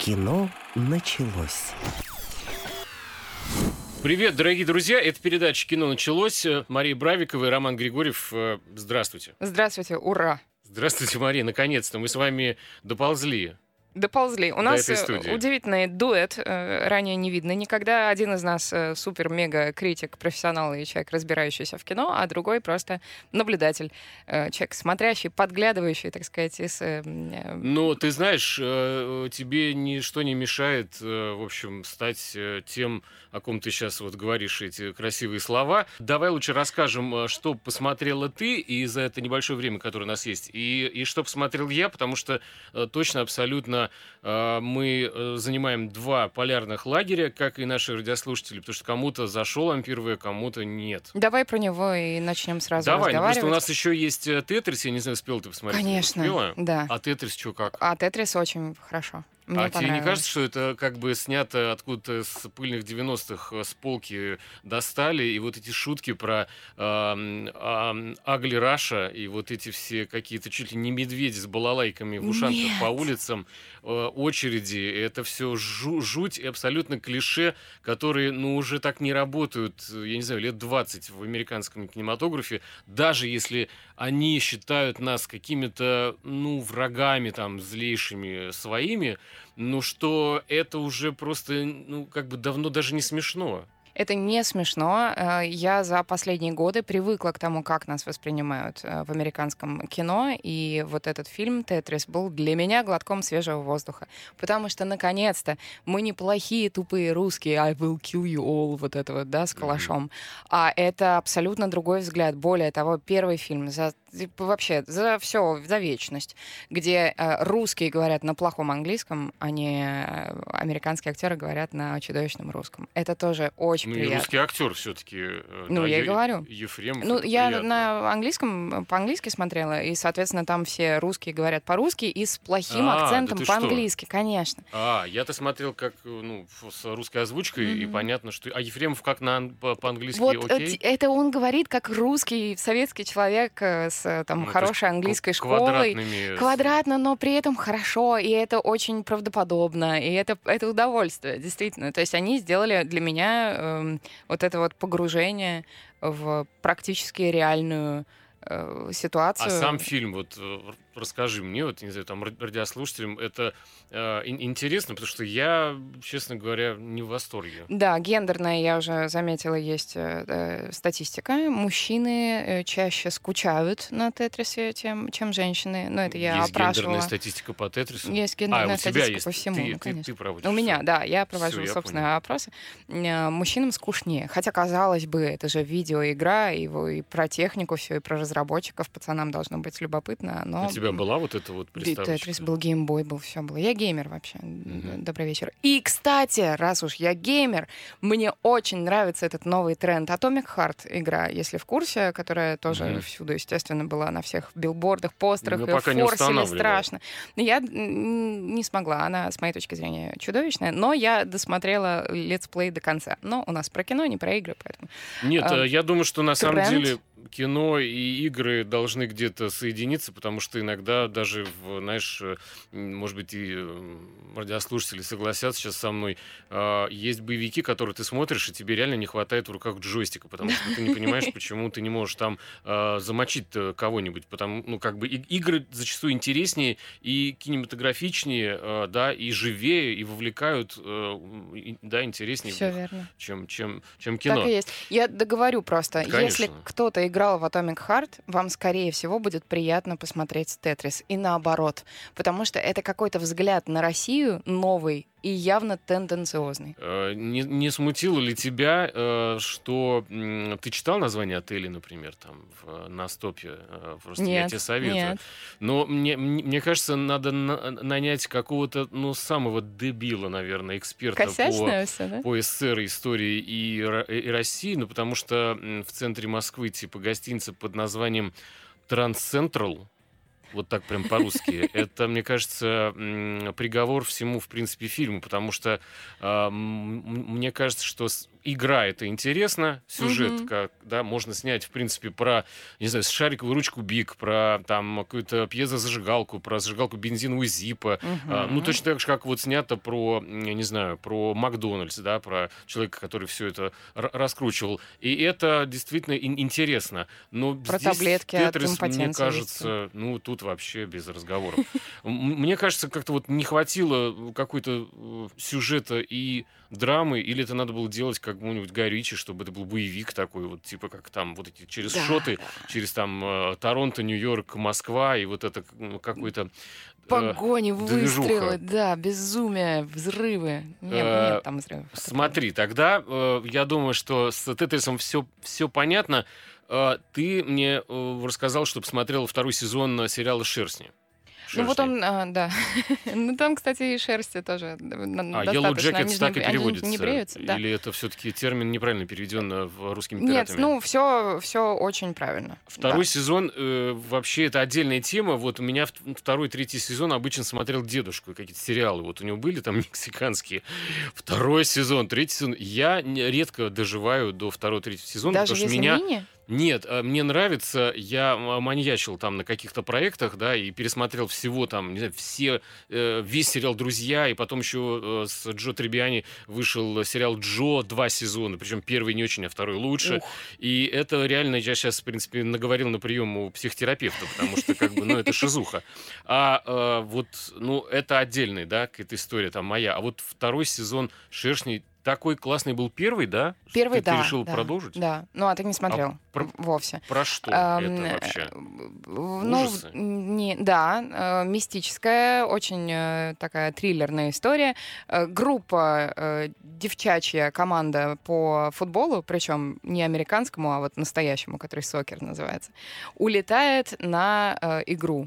Кино началось. Привет, дорогие друзья! Это передача «Кино началось». Мария Бравикова и Роман Григорьев. Здравствуйте. Здравствуйте, ура! Здравствуйте, Мария. Наконец-то мы с вами доползли. Доползли. У нас этой студии. удивительный дуэт, ранее не видно никогда. Один из нас супер-мега-критик, профессионал и человек, разбирающийся в кино, а другой просто наблюдатель, человек смотрящий, подглядывающий, так сказать, из... Ну, ты знаешь, тебе ничто не мешает, в общем, стать тем, о ком ты сейчас вот говоришь эти красивые слова. Давай лучше расскажем, что посмотрела ты и за это небольшое время, которое у нас есть, и что посмотрел я, потому что точно, абсолютно мы занимаем два полярных лагеря, как и наши радиослушатели, потому что кому-то зашел «Ампир В», кому-то нет. Давай про него и начнем сразу Давай, разговаривать. Просто у нас еще есть «Тетрис», я не знаю, успела ты посмотреть? Конечно, успела? да. А «Тетрис» что, как? А «Тетрис» очень хорошо. Мне тебе не кажется, что это как бы снято откуда-то с пыльных 90-х, с полки достали, и вот эти шутки про Агли Раша, и вот эти все какие-то чуть ли не медведи с балалайками в ушанках по улицам, очереди, это все жуть и абсолютно клише, которые, уже так не работают, я не знаю, лет 20 в американском кинематографе, даже если они считают нас какими-то, врагами там, злейшими своими, что это уже просто, как бы давно даже не смешно. Это не смешно. Я за последние годы привыкла к тому, как нас воспринимают в американском кино, и вот этот фильм «Тетрис» был для меня глотком свежего воздуха, потому что, наконец-то, мы не плохие, тупые русские «I will kill you all», вот это вот, да, с калашом, а это абсолютно другой взгляд. Более того, первый фильм вообще за все, за вечность, где русские говорят на плохом английском, а не американские актеры говорят на чудовищном русском. Это тоже очень приятно. И русский актер все-таки. Я и говорю. Ефремов. Я на английском, по-английски смотрела, и, соответственно, там все русские говорят по-русски и с плохим акцентом по-английски, конечно. Я-то смотрел как, с русской озвучкой, и понятно, что... А Ефремов как по-английски вот окей? Это он говорит как русский советский человек с хорошей английской школой. Квадратно, но при этом хорошо, и это очень правдоподобно, и это удовольствие, действительно. То есть они сделали для меня вот это вот погружение в практически реальную ситуацию. А сам фильм, расскажи мне, не знаю, там, радиослушателям, это интересно, потому что я, честно говоря, не в восторге. Да, гендерная, я уже заметила, есть статистика. Мужчины чаще скучают на «Тетрисе», чем женщины. Но это я есть опрашивала. Есть гендерная статистика по «Тетрису»? Есть гендерная статистика по всему, конечно. Ты проводишь. У меня, да, я провожу собственные опросы. Мужчинам скучнее. Хотя, казалось бы, это же видеоигра, и про технику все, и про разработчиков. Пацанам должно быть любопытно, но... У тебя была вот эта вот приставочка? «Тетрис» был, геймбой был, все было. Я геймер вообще. Добрый вечер. И, кстати, раз уж я геймер, мне очень нравится этот новый тренд. Atomic Heart игра, если в курсе, которая тоже всюду, естественно, была на всех билбордах, постерах, ее форсили страшно. Я не смогла. Она, с моей точки зрения, чудовищная, но я досмотрела летсплей до конца. Но у нас про кино, не про игры, поэтому... Нет, я думаю, что на самом деле кино и игры должны где-то соединиться, потому что иногда даже, знаешь, может быть, и радиослушатели согласятся сейчас со мной, есть боевики, которые ты смотришь, и тебе реально не хватает в руках джойстика, потому что ты не понимаешь, почему ты не можешь там замочить кого-нибудь, потому, игры зачастую интереснее и кинематографичнее, да, и живее, и вовлекают, да, интереснее, всё верно, чем кино. Так и есть. Я договорю просто. Да, если кто-то играл в Atomic Heart, вам, скорее всего, будет приятно посмотреть «Тетрис». И наоборот. Потому что это какой-то взгляд на Россию новый и явно тенденциозный. Не смутило ли тебя, что ты читал название отелей, например, там на стопе? Просто нет, я тебе советую. Нет. Но мне кажется, надо нанять какого-то, самого дебила, наверное, эксперта по СССР, истории и России, потому что в центре Москвы, типа гостиница под названием Транс-Централ, вот так прям по-русски, это, мне кажется, приговор всему, в принципе, фильму, потому что мне кажется, что игра — это интересно, сюжет, Мгм. как, да, можно снять, в принципе, про, не знаю, шариковую ручку Биг, про там какую-то пьезозажигалку, про зажигалку бензиновую Зиппо. Ну, Мгм. точно так же, как вот снято про, я не знаю, про Макдональдс, да, про человека, который все это раскручивал. И это действительно интересно. Но Про здесь таблетки от Тетрис, мне импотенции есть. кажется, ну, тут вообще без разговоров. Мне кажется, как-то вот не хватило какой-то сюжета и драмы, или это надо было делать как какому-нибудь Гай Ричи, чтобы это был боевик такой, вот типа как там вот эти через Да, шоты, да. через там Торонто, Нью-Йорк, Москва, и вот это какой-то э, Погони, выстрелы, движуха. да, безумие, взрывы. Нет Э, там взрывов, это правда. Смотри, тогда я думаю, что с Тетрисом все понятно. Ты мне рассказал, что посмотрел второй сезон сериала «Шерстни». Ну вот «Шершни». он, да. Ну там, кстати, и шерсти тоже А Yellow достаточно. Jackets так и Они же не переводится? бреются, да. Или это все-таки термин неправильно переведен русскими Нет, пиратами? ну все очень правильно. Второй Да. сезон вообще это отдельная тема. Вот у меня второй, третий сезон обычно смотрел дедушку, какие-то сериалы. Вот у него были там мексиканские. Второй сезон, третий сезон. Я редко доживаю до второго, третьего сезона, Даже потому что если меня... мини, Нет, мне нравится, я маньячил там на каких-то проектах, да, и пересмотрел всего там, не знаю, весь сериал «Друзья», и потом еще с Джо Трибиани вышел сериал «Джо», 2 сезона, причем первый не очень, а второй лучше. ух, И это реально, я сейчас, в принципе, наговорил на прием у психотерапевта, потому что, как бы, ну, это шизуха. Вот, ну, это отдельная, да, какая-то история там моя. А вот второй сезон «Шершней» такой классный был первый, да? Что первый, ты да, решил да, продолжить? да. Ну, а ты не смотрел вовсе. Про что Ам, это вообще? Ну, Ужасы? да, мистическая, очень такая триллерная история. Группа, девчачья команда по футболу, причем не американскому, а вот настоящему, который сокер называется, улетает на игру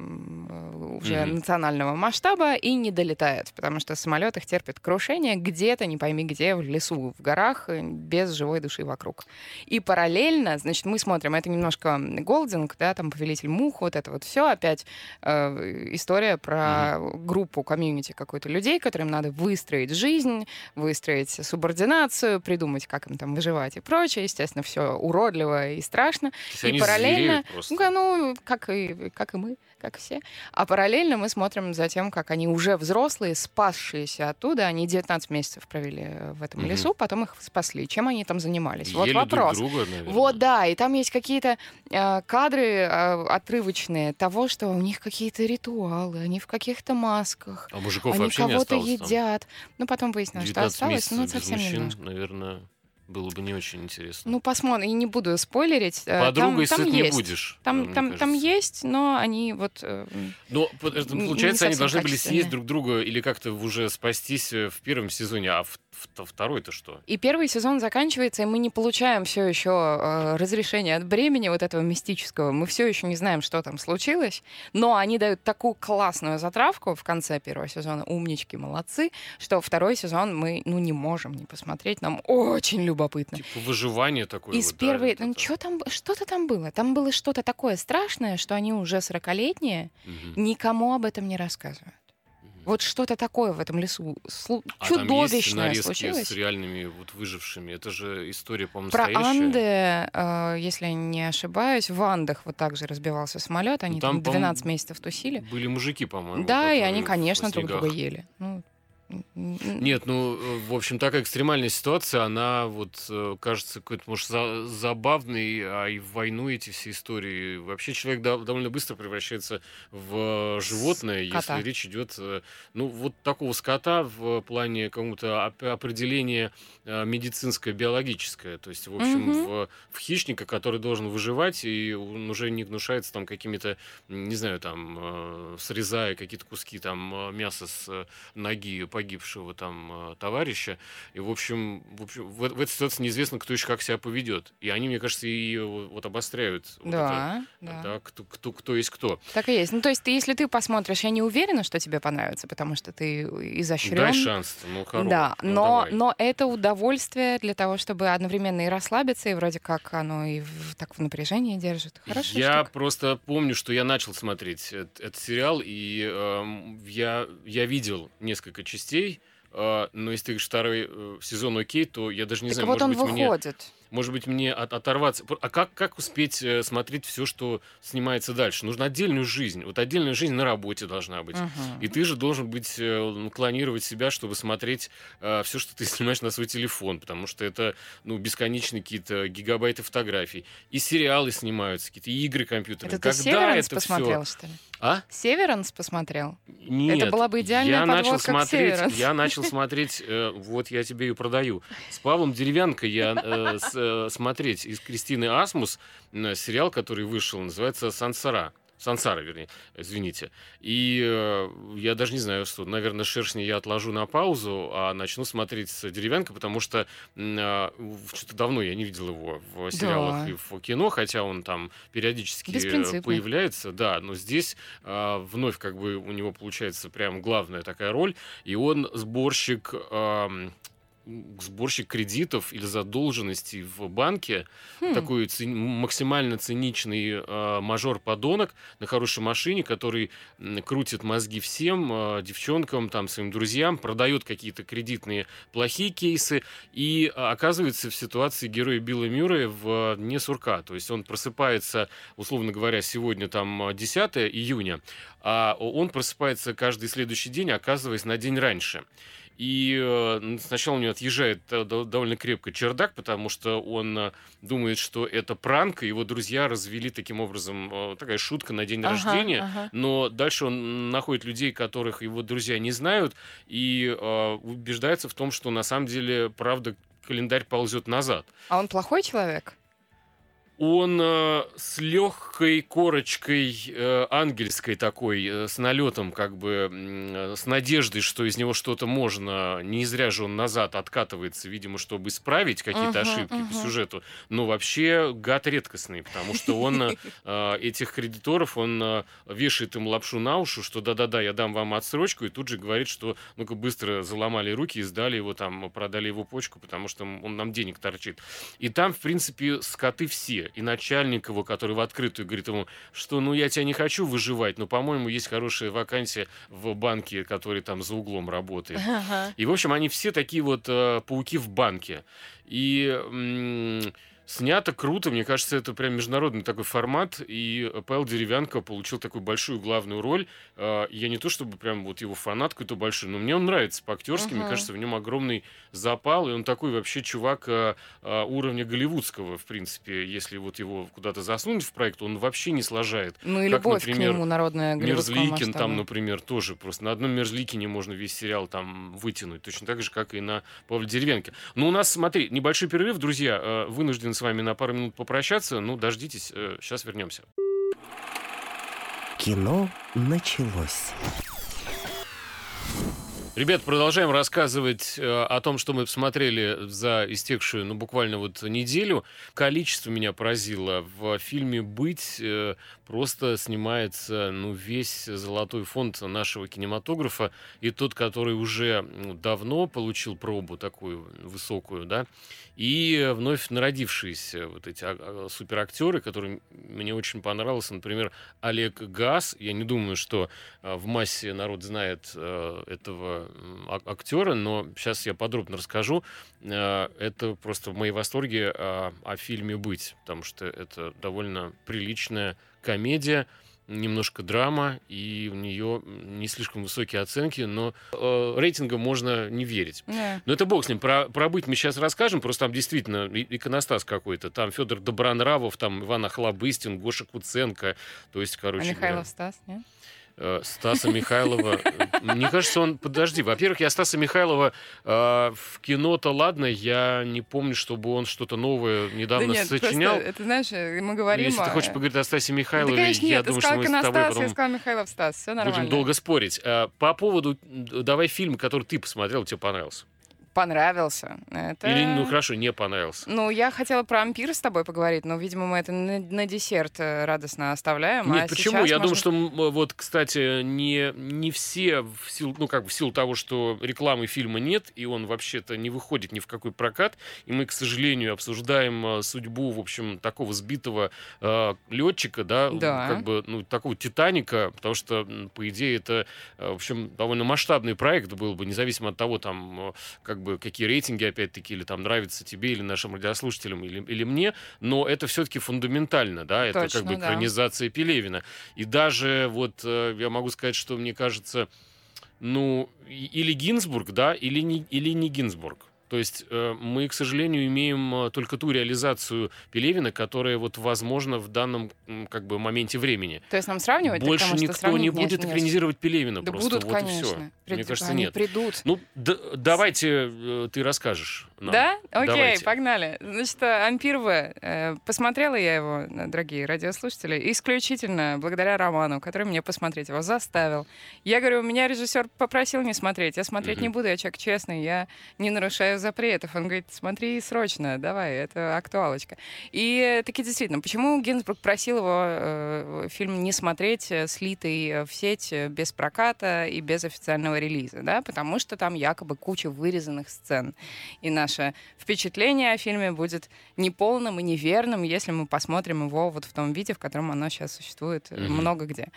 уже Мгм. национального масштаба и не долетает, потому что самолет их терпит крушение где-то, не пойми где, в лесу, в горах, без живой души вокруг. И параллельно, значит, мы смотрим, это немножко Голдинг, да, там «Повелитель мух», вот это вот все опять история про группу, комьюнити какой-то людей, которым надо выстроить жизнь, выстроить субординацию, придумать, как им там выживать и прочее. Естественно, все уродливо и страшно. То есть И они параллельно, звереют просто. как и мы, как все. А параллельно мы смотрим за тем, как они уже взрослые, спасшиеся оттуда, они 19 месяцев провели в этом Мгм. лесу, потом их спасли. Чем они там занимались? Вот Ели друг вопрос. друга, наверное. Вот, да, и там есть какие-то кадры отрывочные того, что у них какие-то ритуалы, они в каких-то масках, А мужиков они вообще не кого-то осталось там. едят. Ну, потом выяснилось, что 19 осталось, но месяцев без совсем мужчин, немножко. наверное, было бы не очень интересно. Ну, посмотрим, и не буду спойлерить. Подругой Там сыт не есть. будешь, Там, мне там кажется. есть, но они вот... Но не получается, они совсем должны были качественные. съесть друг друга или как-то уже спастись в первом сезоне, а второй-то что? И первый сезон заканчивается, и мы не получаем все еще разрешение от бремени вот этого мистического. Мы все еще не знаем, что там случилось, но они дают такую классную затравку в конце первого сезона. Умнички, молодцы, что второй сезон мы не можем не посмотреть. Нам очень любопытно. Типа выживание такое Из вот, да, первой... вот это. Что-то там было. Там было что-то такое страшное, что они уже 40-летние, Мгм. никому об этом не рассказывают. Мгм. Вот что-то такое в этом лесу А там есть чудовищное нарезки случилось. с реальными вот выжившими? Это же история, по-моему, Про настоящая. Анды, если я не ошибаюсь, в Андах вот так же разбивался самолет, они там, там 12 месяцев тусили. Были мужики, по-моему, Да, и которые они, в конечно, друг снегах. друга ели. Нет, ну, в общем, такая экстремальная ситуация, она вот кажется какой-то, может, забавной, а и в войну эти все истории. Вообще человек довольно быстро превращается в животное, Скота. если речь идет, ну, вот такого скота в плане какого-то определения медицинское, биологическое. То есть, в общем, Мгм. в хищника, который должен выживать, и он уже не гнушается там какими-то, не знаю, там, срезая какие-то куски там мяса с ноги погибшего там товарища. И, в общем в этой ситуации неизвестно, кто еще как себя поведет. И они, мне кажется, и вот обостряют вот это, Да. да, кто есть кто. Так и есть. Ну, то есть, если ты посмотришь, я не уверена, что тебе понравится, потому что ты изощрен. Дай шанс, ну, хорош. Да, ну, давай. но это удовольствие для того, чтобы одновременно и расслабиться, и вроде как оно и так в напряжении держит. Хорошая Я штука. просто помню, что я начал смотреть этот сериал, и я видел несколько частей. но если ты говоришь, второй сезон окей, то я даже не Так знаю, вот он может быть, выходит. Может быть, мне оторваться. А как успеть смотреть все, что снимается дальше? Нужно отдельную жизнь. Вот отдельная жизнь на работе должна быть. И ты же должен быть, клонировать себя, чтобы смотреть все, что ты снимаешь на свой телефон. Потому что это бесконечные какие-то гигабайты фотографий. И сериалы снимаются, какие-то игры компьютерные. Это ты «Северанс» это посмотрел, все... что ли? А? «Северанс» посмотрел? Нет, Это была бы идеальная подводка к «Северанс». я начал смотреть, вот я тебе ее продаю. С Павлом Деревянко я смотреть из Кристины Асмус сериал, который вышел, называется «Сансара», вернее, извините. И я даже не знаю, что, наверное, «Шершни» я отложу на паузу, а начну смотреть с Деревянко, потому что что-то давно я не видел его в сериалах и в кино, хотя он там периодически появляется. Да, но здесь вновь как бы у него получается прям главная такая роль, и он сборщик кредитов или задолженностей в банке, такой максимально циничный мажор-подонок на хорошей машине, который крутит мозги всем, девчонкам, там, своим друзьям, продает какие-то кредитные плохие кейсы и оказывается в ситуации героя Билла Мюррея в дне сурка. То есть он просыпается, условно говоря, сегодня там 10 июня, а он просыпается каждый следующий день, оказываясь на день раньше. И сначала у него отъезжает довольно крепко чердак, потому что он думает, что это пранк, и его друзья развели таким образом, такая шутка на день рождения. Но дальше он находит людей, которых его друзья не знают, и убеждается в том, что на самом деле, правда, календарь ползет назад. А он плохой человек? Он с легкой корочкой ангельской такой, с налетом, как бы, с надеждой, что из него что-то можно. Не зря же он назад откатывается, видимо, чтобы исправить какие-то ошибки по сюжету. Но вообще гад редкостный, потому что он этих кредиторов, он вешает им лапшу на уши, что да-да-да, я дам вам отсрочку, и тут же говорит, что ну-ка быстро заломали руки и сдали его там, продали его почку, потому что он нам денег торчит. И там, в принципе, скоты все. И начальник его, который в открытую говорит ему, что ну я тебя не хочу выживать, но, по-моему, есть хорошая вакансия в банке, который там за углом работает. И, в общем, они все такие вот пауки в банке. И снято круто, мне кажется, это прям международный такой формат, и Павел Деревянко получил такую большую главную роль. Я не то чтобы прям вот его фанат какой-то большой, но мне он нравится по-актерски, мне кажется, в нем огромный запал, и он такой вообще чувак уровня голливудского, в принципе, если вот его куда-то засунуть в проект, он вообще не сложает. Ну и как, любовь например, к нему народная голливудского Мерзликин масштаба. там, например, тоже просто на одном Мерзликине можно весь сериал там вытянуть, точно так же, как и на Павле Деревянке. Но у нас, смотри, небольшой перерыв, друзья, вынужден с вами на пару минут попрощаться. Ну, дождитесь, сейчас вернемся. Кино началось. Ребят, продолжаем рассказывать о том, что мы посмотрели за истекшую, ну, буквально вот неделю. Количество меня поразило. В фильме «Быть» просто снимается, ну, весь золотой фонд нашего кинематографа. И тот, который уже давно получил пробу такую высокую, да, и вновь народившиеся вот эти суперактеры, которые мне очень понравился. Например, Олег Газ. Я не думаю, что в массе народ знает этого актера, но сейчас я подробно расскажу. Это просто в мои восторги о фильме «Быть», потому что это довольно приличная комедия, немножко драма, и у нее не слишком высокие оценки, но рейтингам можно не верить. Yeah. Но это бог с ним. Про «Быть» мы сейчас расскажем, просто там действительно иконостас какой-то. Там Федор Добронравов, там Иван Охлобыстин, Гоша Куценко. То есть, короче, Михайлов Стас, нет? Стаса Михайлова. Мне кажется, он... Подожди. Во-первых, я Стаса Михайлова в кино-то ладно, я не помню, чтобы он что-то новое недавно сочинял. Просто, это, знаешь, мы говорим... Если ты хочешь поговорить о Стасе Михайлове, да, конечно, я нет, думаю, что мы с тобой потом я сказал Михайлов Стас, все нормально. будем долго спорить. По поводу... Давай фильм, который ты посмотрел, тебе понравился. понравился. Или, хорошо, не понравился. Я хотела про «Ампир» с тобой поговорить, но, видимо, мы это на десерт радостно оставляем. Нет, почему? Я думаю, что вот, кстати, не все, в силу того, что рекламы фильма нет, и он вообще-то не выходит ни в какой прокат, и мы, к сожалению, обсуждаем судьбу, в общем, такого сбитого летчика, да, такого «Титаника», потому что, по идее, это, в общем, довольно масштабный проект был бы, независимо от того, там, какие рейтинги, опять-таки, или там нравится тебе, или нашим радиослушателям, или мне, но это все-таки фундаментально, да, это Точно, экранизация Пелевина. И даже я могу сказать, что мне кажется, или Гинзбург, да, или не Гинзбург. То есть мы, к сожалению, имеем только ту реализацию Пелевина, которая возможна в данном моменте времени. То есть нам сравнивать? Больше никто не будет экранизировать Пелевина. Да просто будут, конечно. И все. Мне кажется, они нет. Придут. Давайте ты расскажешь нам. Да? Окей, давайте. Погнали. Значит, «Ампир В». Посмотрела я его, дорогие радиослушатели, исключительно благодаря Роману, который мне посмотреть его заставил. Я говорю, меня режиссер попросил не смотреть. Я смотреть не буду, я человек честный, я не нарушаю запретов. Он говорит, смотри срочно, давай, это актуалочка. И таки действительно, почему Гинзбург просил его фильм не смотреть, слитый в сеть без проката и без официального релиза, да? Потому что там якобы куча вырезанных сцен. И наше впечатление о фильме будет неполным и неверным, если мы посмотрим его в том виде, в котором оно сейчас существует много где.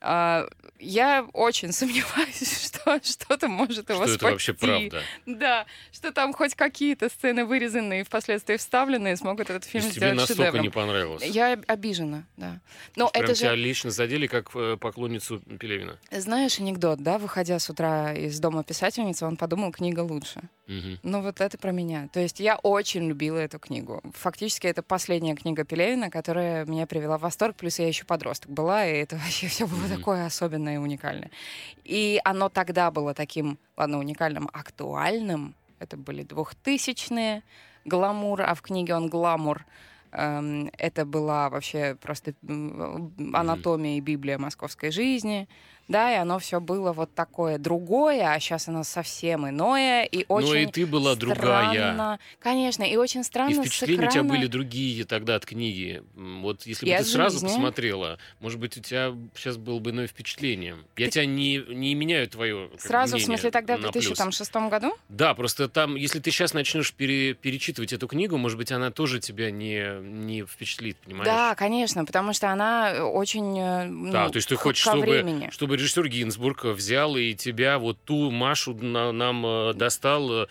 Я очень сомневаюсь, что что-то может его спасти. Что это вообще правда. Да, что там хоть какие-то сцены вырезанные и впоследствии вставленные смогут этот фильм сделать шедевром. Тебе настолько не понравилось? Я обижена, да. Но это тебя лично задели как поклонницу Пелевина? Знаешь анекдот, да? Выходя с утра из дома писательницы, он подумал, книга лучше. Ну вот это про меня. То есть я очень любила эту книгу. Фактически это последняя книга Пелевина, которая меня привела в восторг. Плюс я еще подросток была, и это вообще все было такое особенное и уникальное. И оно тогда было таким, уникальным, актуальным. Это были 2000-е, гламур, а в книге он гламур. Это была вообще просто анатомия и библия московской жизни. Да, и оно все было вот такое другое, а сейчас оно совсем иное и очень странно. Но и ты была другая. Конечно, и очень странно. И впечатления у тебя были другие тогда от книги. Вот если бы ты сразу посмотрела, может быть, у тебя сейчас было бы иное впечатление. Я тебя не меняю твое сразу, в смысле, тогда в 2006 году? Да, просто там, если ты сейчас начнешь перечитывать эту книгу, может быть, она тоже тебя не впечатлит, понимаешь? Да, конечно, потому что она очень да, то есть ты хочешь, чтобы режиссер Гинзбург взял и тебя, ту Машу нам достал,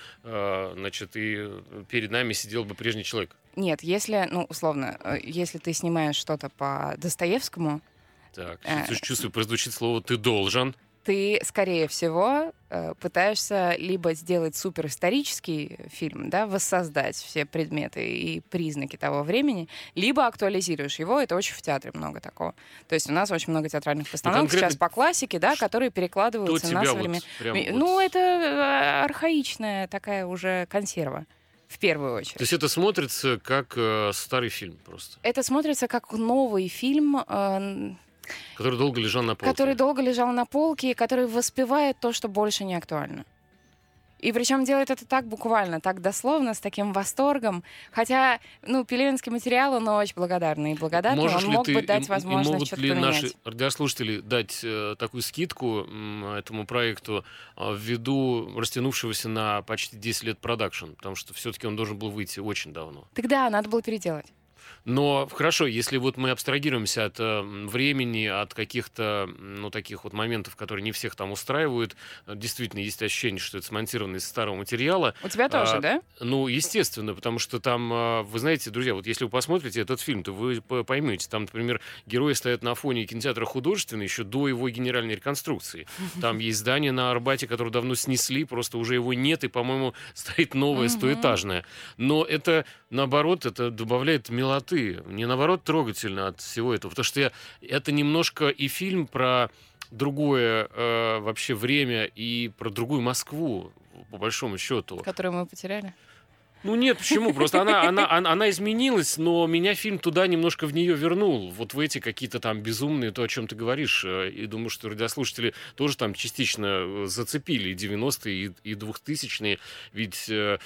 и перед нами сидел бы прежний человек. Нет, если, условно, если ты снимаешь что-то по Достоевскому... Так, чувствую, прозвучит слово «ты должен». Ты, скорее всего, пытаешься либо сделать суперисторический фильм, да, воссоздать все предметы и признаки того времени, либо актуализируешь его. Это очень в театре много такого. То есть у нас очень много театральных постановок сейчас по классике, да, которые перекладываются на современные. Это архаичная такая уже консерва. В первую очередь. То есть это смотрится как старый фильм просто? Это смотрится как новый фильм... Который долго лежал на полке. Который долго лежал на полке, и который воспевает то, что больше не актуально. И причем делает это так буквально, так дословно, с таким восторгом. Хотя, пелевинский материал, он очень благодарный. И благодарный он мог бы дать возможность что-то поменять. Могут ли наши радиослушатели дать такую скидку этому проекту ввиду растянувшегося на почти 10 лет продакшн? Потому что все-таки он должен был выйти очень давно. Тогда надо было переделать. Но хорошо, если мы абстрагируемся от времени, от каких-то, таких моментов, которые не всех там устраивают, действительно есть ощущение, что это смонтировано из старого материала. У тебя тоже, да? Естественно, потому что там, вы знаете, друзья, если вы посмотрите этот фильм, то вы поймете, там, например, герои стоят на фоне кинотеатра художественного еще до его генеральной реконструкции. Там есть здание на Арбате, которое давно снесли, просто уже его нет, и, по-моему, стоит новое, стоэтажное. Но это, наоборот, это добавляет милоты. Мне, наоборот, трогательно от всего этого. Потому что это немножко и фильм про другое вообще время и про другую Москву, по большому счету. Которую мы потеряли? Ну нет, почему? Просто она изменилась, но меня фильм туда немножко в нее вернул. Вот в эти какие-то там безумные, то, о чем ты говоришь. И думаю, что радиослушатели тоже там частично зацепили и 90-е, и 2000-е. Ведь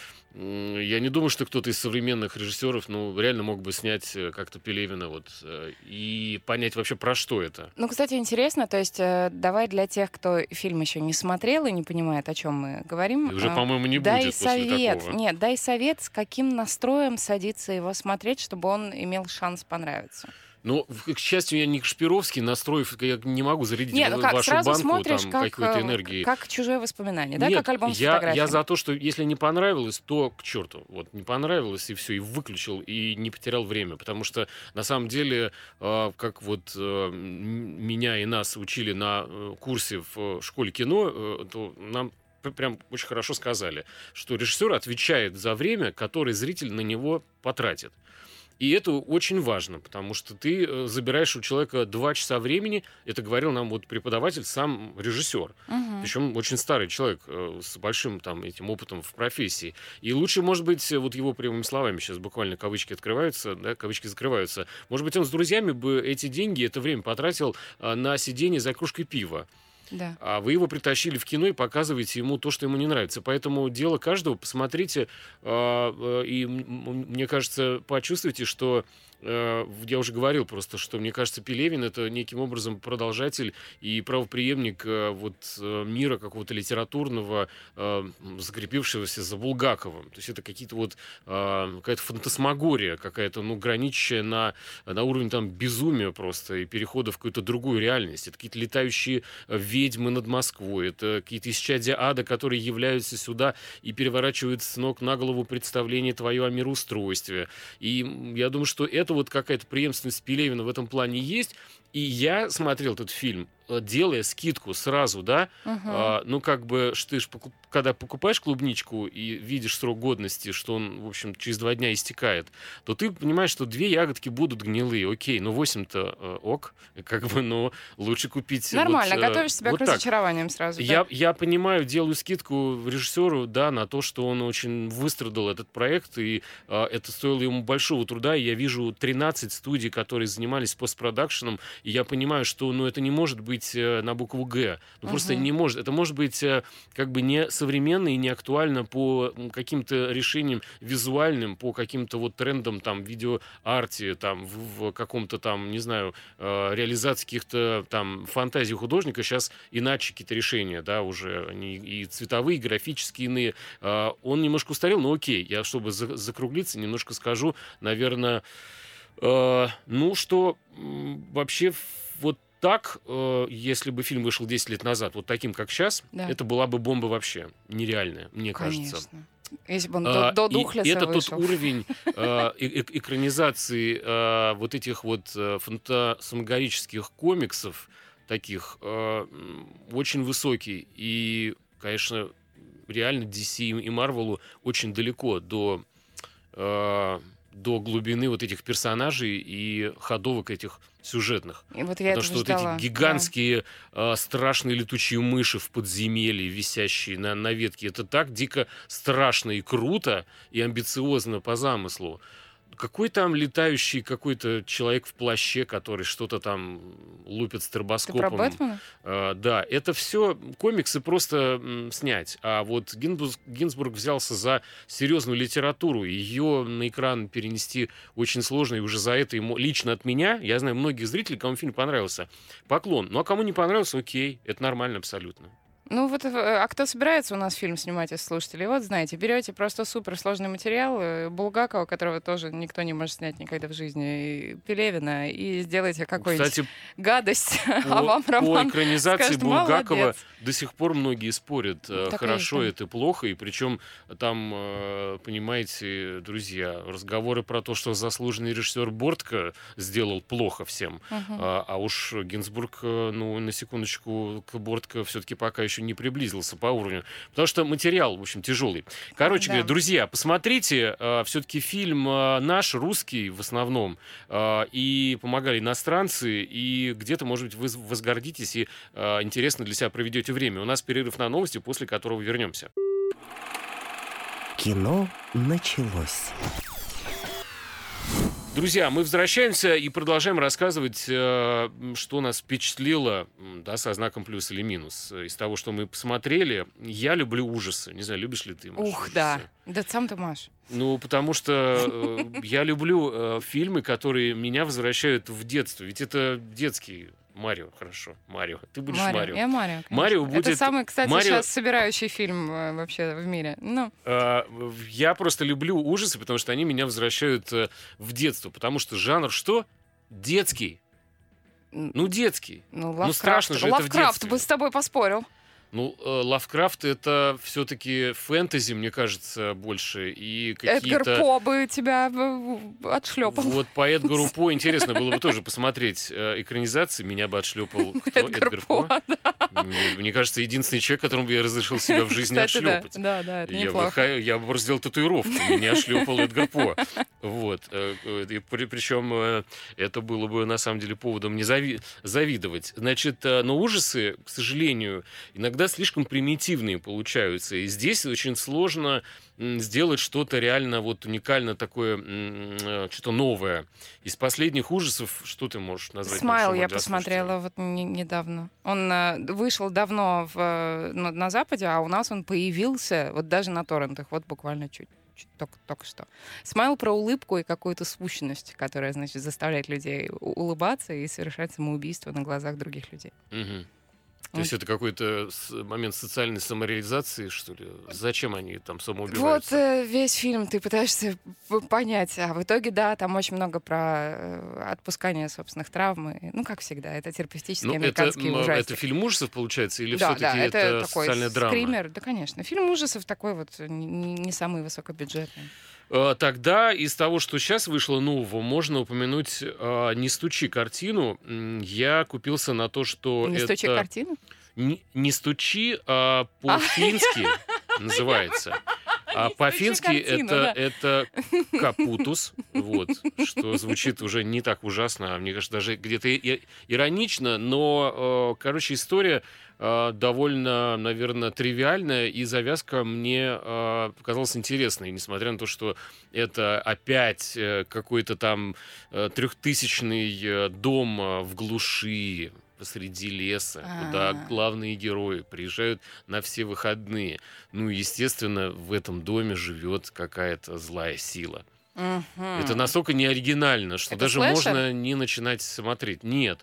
я не думаю, что кто-то из современных режиссеров, ну, реально мог бы снять как-то Пелевина вот, и понять вообще, про что это. Ну, кстати, интересно, то есть давай для тех, кто фильм еще не смотрел и не понимает, о чем мы говорим. И уже, по-моему, не дай будет совет. после такого. Нет, дай совет, с каким настроем садиться его смотреть, чтобы он имел шанс понравиться. Ну, к счастью, я не Кашпировский, настроив, я не могу зарядить Нет, ну как, вашу сразу банку смотришь, там, как, какой-то энергии. как чужое воспоминание, да, Нет, как альбом с я фотографиями. за то, что если не понравилось, то к черту. Вот не понравилось, и все, и выключил, и не потерял время. Потому что, на самом деле, как вот меня и нас учили на курсе в школе кино, то нам прям очень хорошо сказали, что режиссер отвечает за время, которое зритель на него потратит. И это очень важно, потому что ты забираешь у человека 2 часа времени. Это говорил нам вот преподаватель, сам режиссер. Причем очень старый человек с большим там этим опытом в профессии. И лучше, может быть, вот его прямыми словами, сейчас буквально кавычки открываются, да, кавычки закрываются. Может быть, он с друзьями бы эти деньги, это время потратил на сидение за кружкой пива. Да. А вы его притащили в кино и показываете ему то, что ему не нравится. Поэтому дело каждого. Посмотрите, и мне кажется, почувствуйте, что я уже говорил просто, что мне кажется, Пелевин — это неким образом продолжатель и правопреемник вот мира какого-то литературного, закрепившегося за Булгаковым. То есть это какие-то вот какая-то фантасмагория какая-то, ну, граничащая на уровень там безумия просто и перехода в какую-то другую реальность. Это какие-то летающие ведьмы над Москвой, это какие-то исчадия ада, которые являются сюда и переворачивают с ног на голову представление твое о мироустройстве. И я думаю, что это вот какая-то преемственность Пелевина в этом плане есть. И я смотрел этот фильм, делая скидку сразу, да, ну, как бы, что ты ж когда покупаешь клубничку и видишь срок годности, что он, в общем, через 2 дня истекает, то ты понимаешь, что 2 ягодки будут гнилые. Окей, ну 8-то ок, как бы, но лучше купить... Нормально, вот, готовишь себя вот к так. разочарованиям сразу. Да? Я понимаю, делаю скидку режиссеру, да, на то, что он очень выстрадал этот проект, и это стоило ему большого труда, и я вижу 13 студий, которые занимались постпродакшеном, и я понимаю, что, ну, это не может быть на букву «Г». Ну, просто не может. Это может быть как бы не современно и не актуально по каким-то решениям визуальным, по каким-то вот трендам там видеоарте, там в каком-то там, не знаю, реализации каких-то там фантазий художника. Сейчас иначе какие-то решения, да, уже они и цветовые, и графические иные. Он немножко устарел, но окей. Я, чтобы закруглиться, немножко скажу, наверное, ну, что вообще вот так, если бы фильм вышел 10 лет назад, вот таким, как сейчас, Да. это была бы бомба вообще нереальная, мне кажется. Конечно. Если бы он до Духлеса И это вышел. тот уровень экранизации вот этих вот фантасмагорических комиксов, таких, очень высокий. И, конечно, реально DC и Marvel очень далеко до глубины вот этих персонажей и ходовок этих сюжетных. И вот я Потому что вот эти гигантские страшные летучие мыши в подземелье, висящие на ветке, это так дико страшно и круто, и амбициозно по замыслу. Какой там летающий какой-то человек в плаще, который что-то там лупит с тербоскопом. Ты про Бэтмена? Да, это все комиксы просто снять. А вот Гинзбург взялся за серьезную литературу. Ее на экран перенести очень сложно. И уже за это ему лично от меня, я знаю многих зрителей, кому фильм понравился, поклон. Ну а кому не понравился, окей, это нормально абсолютно. Ну вот, а кто собирается у нас фильм снимать из слушателей? Вот знаете, берете просто суперсложный материал Булгакова, которого тоже никто не может снять никогда в жизни, и Пелевина, и сделайте какую-нибудь Кстати, гадость, а вам по Роман экранизации скажет: Булгакова молодец. до сих пор многие спорят, Так хорошо и это, плохо, и причем там, понимаете, друзья, разговоры про то, что заслуженный режиссер Бортко сделал плохо всем, а уж Гинзбург, ну, на секундочку, к Бортко все-таки пока еще не приблизился по уровню, потому что материал, в общем, тяжелый. Короче говоря, друзья, посмотрите, все-таки фильм наш, русский в основном, и помогали иностранцы, и где-то, может быть, вы возгордитесь и интересно для себя проведете время. У нас перерыв на новости, после которого вернемся. Кино началось. Друзья, мы возвращаемся и продолжаем рассказывать, что нас впечатлило, да, со знаком плюс или минус, из того, что мы посмотрели. Я люблю ужасы. Не знаю, любишь ли ты, Маш, Ух, ужасы? да. Да сам ты, Маш. Ну, потому что я люблю фильмы, которые меня возвращают в детство. Ведь это детский Марио, хорошо. Марио. Ты будешь Марио. Я Марио, конечно. Марио будет... Это самый, кстати, Марио... сейчас собирающий фильм вообще в мире. Ну. Я просто люблю ужасы, потому что они меня возвращают в детство. Потому что жанр что? Детский. Ну, детский. Ну, страшно же это в детстве. Лавкрафт бы с тобой поспорил. Ну, Лавкрафт — это все-таки фэнтези, мне кажется, больше. И какие-то... Эдгар По бы тебя отшлепал. Вот по Эдгару По интересно было бы тоже посмотреть экранизации. Меня бы отшлепал кто? Эдгар По. Да. Мне кажется, единственный человек, которому я разрешил себя в жизни отшлепать. Да, это неплохо. Я бы просто сделал татуировку. Меня шлепал Эдгар По. Вот. Причем это было бы, на самом деле, поводом не завидовать. Значит, но ужасы, к сожалению, иногда слишком примитивные получаются. И здесь очень сложно сделать что-то реально вот уникально такое, что-то новое. Из последних ужасов, что ты можешь назвать? «Смайл» я посмотрела вот недавно. Он вышел давно на Западе, а у нас он появился вот даже на торрентах, вот буквально только что. «Смайл» про улыбку и какую-то спущенность, которая, значит, заставляет людей улыбаться и совершать самоубийство на глазах других людей. Угу. То есть это какой-то момент социальной самореализации, что ли? Зачем они там самоубиваются? Вот весь фильм ты пытаешься понять, а в итоге, да, там очень много про отпускание собственных травм. Ну, как всегда, это терапевтические американские ужастики. Это фильм ужасов, получается, или да, все-таки это такой социальная драма? Скример, да, конечно. Фильм ужасов такой вот не самый высокобюджетный. Тогда из того, что сейчас вышло нового, можно упомянуть «Не стучи» картину. Я купился на то, что «Не стучи» картину? «Не стучи», по-фински называется. А по-фински это «капутус», вот, что звучит уже не так ужасно, а мне кажется, даже где-то иронично, но, короче, история довольно, наверное, тривиальная, и завязка мне показалась интересной, несмотря на то, что это опять какой-то там 3000-й дом в глуши, посреди леса, куда главные герои приезжают на все выходные. Ну, естественно, в этом доме живет какая-то злая сила. Это настолько неоригинально, что даже можно не начинать смотреть. Нет.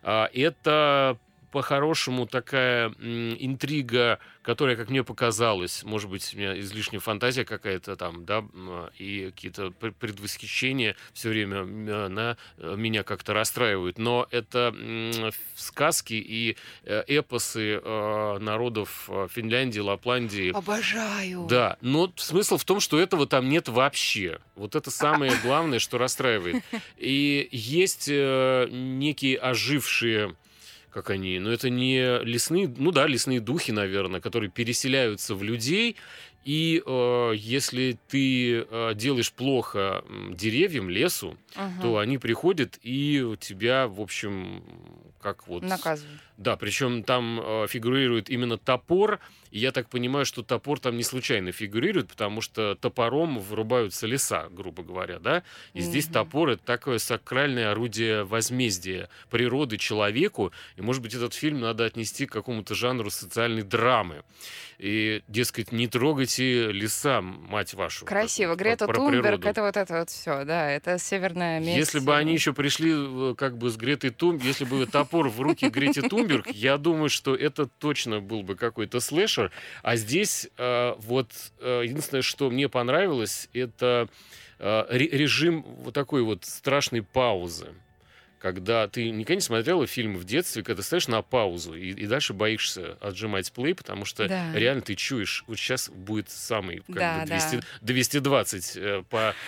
Это по-хорошему такая интрига, которая, как мне показалось, может быть, у меня излишняя фантазия какая-то там, да, и какие-то предвосхищения все время меня как-то расстраивают. Но это сказки и эпосы народов Финляндии, Лапландии. Обожаю! Да, но смысл в том, что этого там нет вообще. Вот это самое главное, что расстраивает. И есть некие ожившие... Как они? Ну, это не лесные... Ну да, лесные духи, наверное, которые переселяются в людей. И если ты делаешь плохо деревьям, лесу, то они приходят и тебя, в общем, как вот... наказывают. Да, причем там фигурирует именно топор. И я так понимаю, что топор там не случайно фигурирует, потому что топором вырубаются леса, грубо говоря, да? И здесь топор — это такое сакральное орудие возмездия природы человеку. И, может быть, этот фильм надо отнести к какому-то жанру социальной драмы. И, дескать, не трогайте леса, мать вашу. Красиво. Грета Тунберг, это вот все, да, это северная месть. Если бы они еще пришли как бы с Гретой Тунберг, если бы топор в руки Грети Тунберг, я думаю, что это точно был бы какой-то слэшер. А здесь вот единственное, что мне понравилось, это режим вот такой вот страшной паузы. Когда ты никогда не смотрела фильм в детстве, когда ты ставишь на паузу и дальше боишься отжимать плей, потому что реально ты чуешь, вот сейчас будет самый как бы 220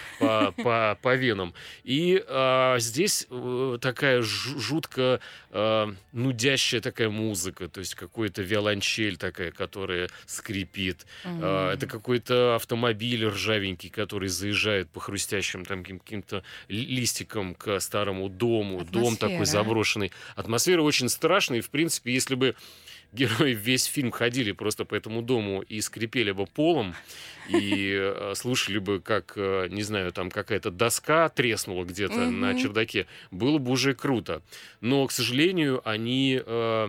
по венам. И здесь такая жутко нудящая такая музыка, то есть какой-то виолончель такая, которая скрипит. Это какой-то автомобиль ржавенький, который заезжает по хрустящим там каким-то листикам к старому дому. Дом такой заброшенный. Атмосфера очень страшная. И, в принципе, если бы герои весь фильм ходили просто по этому дому и скрипели бы полом, и слушали бы, как, не знаю, там какая-то доска треснула где-то на чердаке, было бы уже круто. Но, к сожалению, они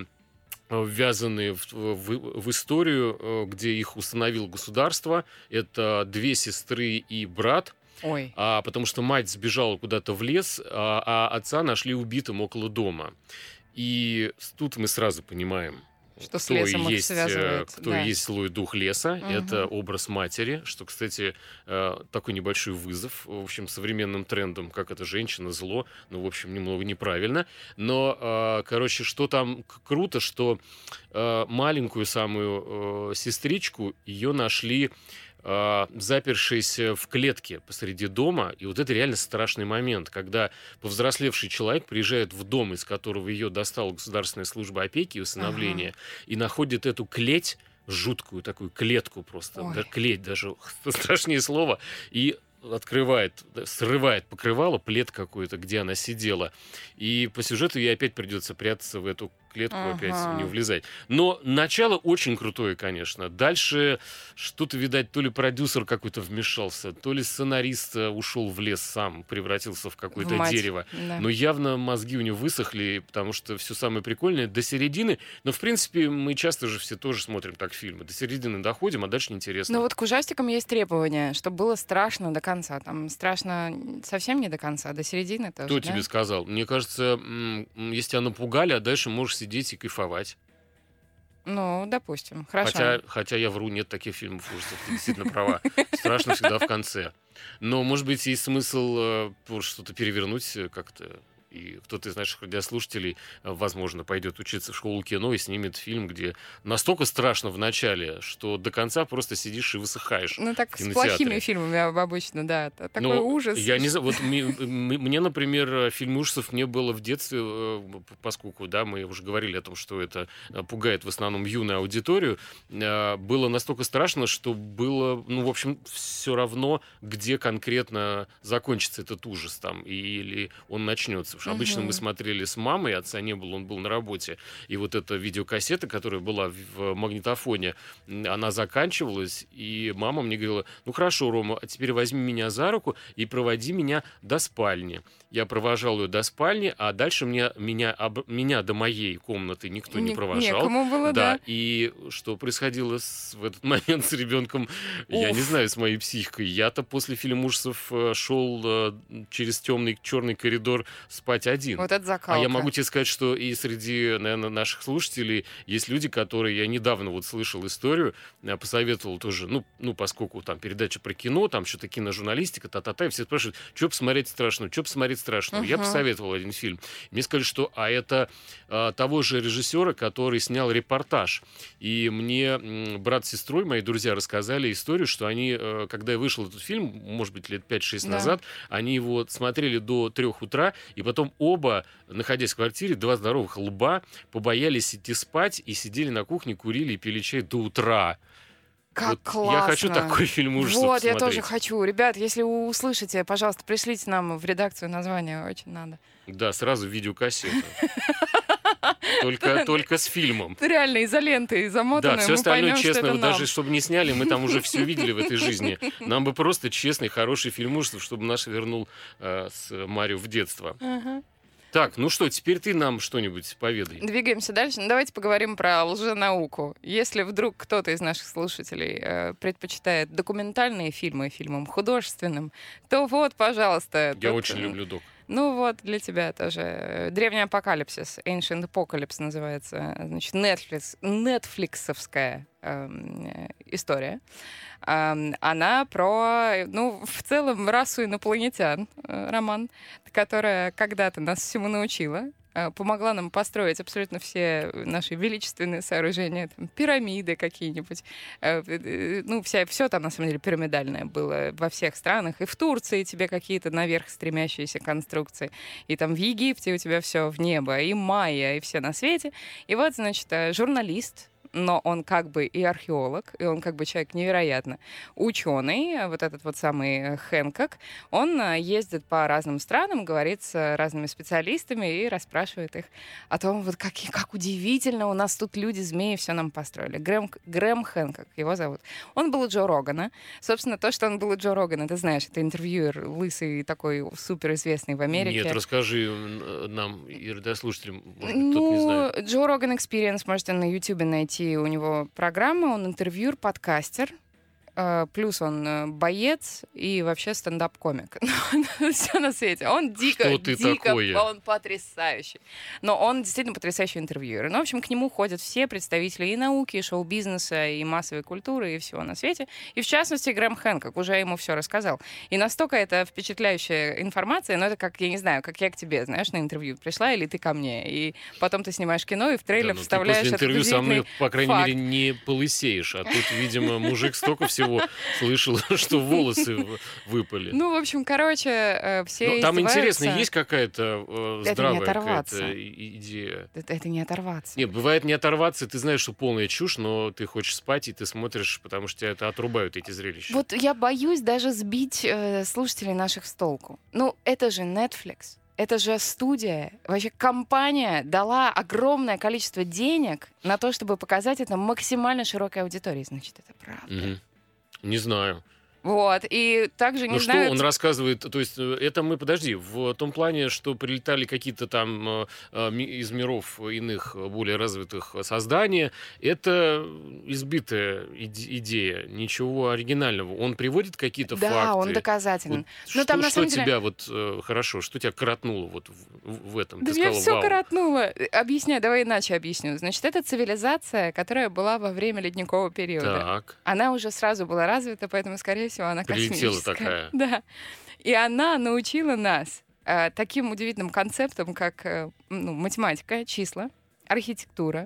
ввязаны в историю, где их установило государство. Это 2 сестры и брат. Ой. Потому что мать сбежала куда-то в лес, а отца нашли убитым около дома. И тут мы сразу понимаем, что с лесом их связывает. Кто есть злой дух леса. Это образ матери, что, кстати, такой небольшой вызов, в общем, современным трендам, как это женщина, зло, ну, в общем, немного неправильно. Но, короче, что там круто, что маленькую самую сестричку ее нашли, запершись в клетке посреди дома. И вот это реально страшный момент, когда повзрослевший человек приезжает в дом, из которого ее достала государственная служба опеки и усыновления, и находит эту клеть, жуткую такую клетку просто, да, клеть даже, страшнее слово, и открывает, срывает покрывало, плед какой-то, где она сидела. И по сюжету ей опять придется прятаться в эту клетку, опять в нее влезать. Но начало очень крутое, конечно. Дальше что-то, видать, то ли продюсер какой-то вмешался, то ли сценарист ушел в лес сам, превратился в какое-то дерево. Да. Но явно мозги у него высохли, потому что все самое прикольное до середины. Но, в принципе, мы часто же все тоже смотрим так фильмы. До середины доходим, а дальше неинтересно. Но вот к ужастикам есть требования, чтобы было страшно до конца. Там страшно совсем не до конца, до середины тоже. Кто тебе сказал? Мне кажется, если тебя напугали, а дальше можешь сидеть и кайфовать. Ну, допустим. Хорошо. Хотя я вру, нет таких фильмов ужасов. Ты действительно права. Страшно всегда в конце. Но, может быть, есть смысл что-то перевернуть как-то. И кто-то из наших радиослушателей, возможно, пойдет учиться в школу кино и снимет фильм, где настолько страшно в начале, что до конца просто сидишь и высыхаешь. Ну, так с плохими фильмами обычно, да. Такой ужас. Я не знаю, вот мне, например, фильм ужасов мне было в детстве, поскольку, да, мы уже говорили о том, что это пугает в основном юную аудиторию, было настолько страшно, что было, ну, в общем, все равно, где конкретно закончится этот ужас там, или он начнется. Потому что обычно мы смотрели с мамой, отца не было, он был на работе. И вот эта видеокассета, которая была в магнитофоне, она заканчивалась, и мама мне говорила: ну хорошо, Рома, а теперь возьми меня за руку и проводи меня до спальни. Я провожал ее до спальни, а дальше меня до моей комнаты никто не провожал. Некому было, да. И что происходило в этот момент с ребенком, я не знаю, с моей психикой. Я-то после фильма ужасов шел через темный черный коридор спать один. Вот это закалка. А я могу тебе сказать, что и среди, наверное, наших слушателей есть люди, которые... Я недавно вот слышал историю, посоветовал тоже, ну, поскольку там передача про кино, там что-то киножурналистика, та-та-та, и все спрашивают, что посмотреть страшного, что посмотреть страшного. Я посоветовал один фильм. Мне сказали, что это того же режиссера, который снял «Репортаж». И мне брат с сестрой, мои друзья, рассказали историю, что они, когда вышел этот фильм, может быть, лет 5-6 назад, они его смотрели до 3 утра, и потом оба, находясь в квартире, 2 здоровых лба, побоялись идти спать и сидели на кухне, курили и пили чай до утра. Как вот классно. Я хочу такой фильм ужасов Вот, посмотреть. я тоже хочу. Ребят, если услышите, пожалуйста, пришлите нам в редакцию название, очень надо. Да, сразу видеокассету. Только с фильмом. Реально, изолентой замотанной. Да, все остальное поймем, честно, вот нам. даже чтобы не сняли, мы там уже все видели в этой жизни. Нам бы просто честный, хороший фильм ужасов, чтобы наш вернул с Марио в детство. Так, ну что, теперь ты нам что-нибудь поведай. Двигаемся дальше. Ну, давайте поговорим про лженауку. Если вдруг кто-то из наших слушателей предпочитает документальные фильмы фильмам художественным, то вот, пожалуйста. Я очень люблю док. Ну вот, для тебя тоже. «Древний апокалипсис», «Ancient Apocalypse» называется. Значит, нетфликсовская история. Она про, ну, в целом, расу инопланетян, роман, которая когда-то нас всему научила, помогла нам построить абсолютно все наши величественные сооружения, там, пирамиды какие-нибудь. Ну, все там, на самом деле, пирамидальное было во всех странах. И в Турции тебе какие-то наверх стремящиеся конструкции. И там в Египте у тебя все в небо. И майя, и все на свете. И вот, значит, журналист но он как бы и археолог, и он как бы человек невероятно ученый. Вот этот вот самый Хэнкок, он ездит по разным странам, говорит с разными специалистами и расспрашивает их о том, вот как удивительно у нас тут люди-змеи все нам построили. Грэм Хэнкок его зовут. Он был у Джо Рогана. Собственно, то, что он был у Джо Рогана, ты знаешь, это интервьюер лысый, такой суперизвестный в Америке. Нет, расскажи нам и радиослушателям, может быть, кто-то не знает. Джо Роган Experience можете на YouTube найти, у него программа, он интервьюер, подкастер. Плюс он боец и вообще стендап-комик. Все на свете. Он дико, он потрясающий. Но он действительно потрясающий интервьюер. Ну, в общем, к нему ходят все представители и науки, и шоу-бизнеса, и массовой культуры, и всего на свете. И, в частности, Грэм Хэнкок уже ему все рассказал. И настолько это впечатляющая информация, но это как, я не знаю, как я к тебе, знаешь, на интервью пришла, или ты ко мне. И потом ты снимаешь кино, и в трейлер вставляешь ты после интервью со мной, по крайней факт. мере, не полысеешь. А тут, видимо, мужик столько всего слышал, что волосы выпали. Ну, в общем, короче, все там издеваются. интересно, есть какая-то здравая какая-то идея? Это не оторваться. Нет, бывает не оторваться, ты знаешь, что полная чушь, но ты хочешь спать, и ты смотришь, потому что тебя это отрубают, эти зрелища. Вот я боюсь даже сбить слушателей наших с толку. Ну, это же Netflix. Это же студия, вообще компания дала огромное количество денег на то, чтобы показать это максимально широкой аудитории. Значит, это правда. Угу. Не знаю. Вот, и также не знаю... что он рассказывает, то есть это мы, подожди, в том плане, что прилетали какие-то там из миров иных, более развитых создания, это избитая идея, ничего оригинального. Он приводит какие-то факты. Да, он доказателен. Вот, но там, на самом тебя деле... вот хорошо, что тебя коротнуло вот в этом? Да ты меня сказала, все вау. коротнуло. Объясняю, давай иначе объясню. Значит, это цивилизация, которая была во время ледникового периода. Так. Она уже сразу была развита, поэтому, скорее всего, она Прилетела космическая. такая. Да. И она научила нас таким удивительным концептам, как математика, числа, архитектура,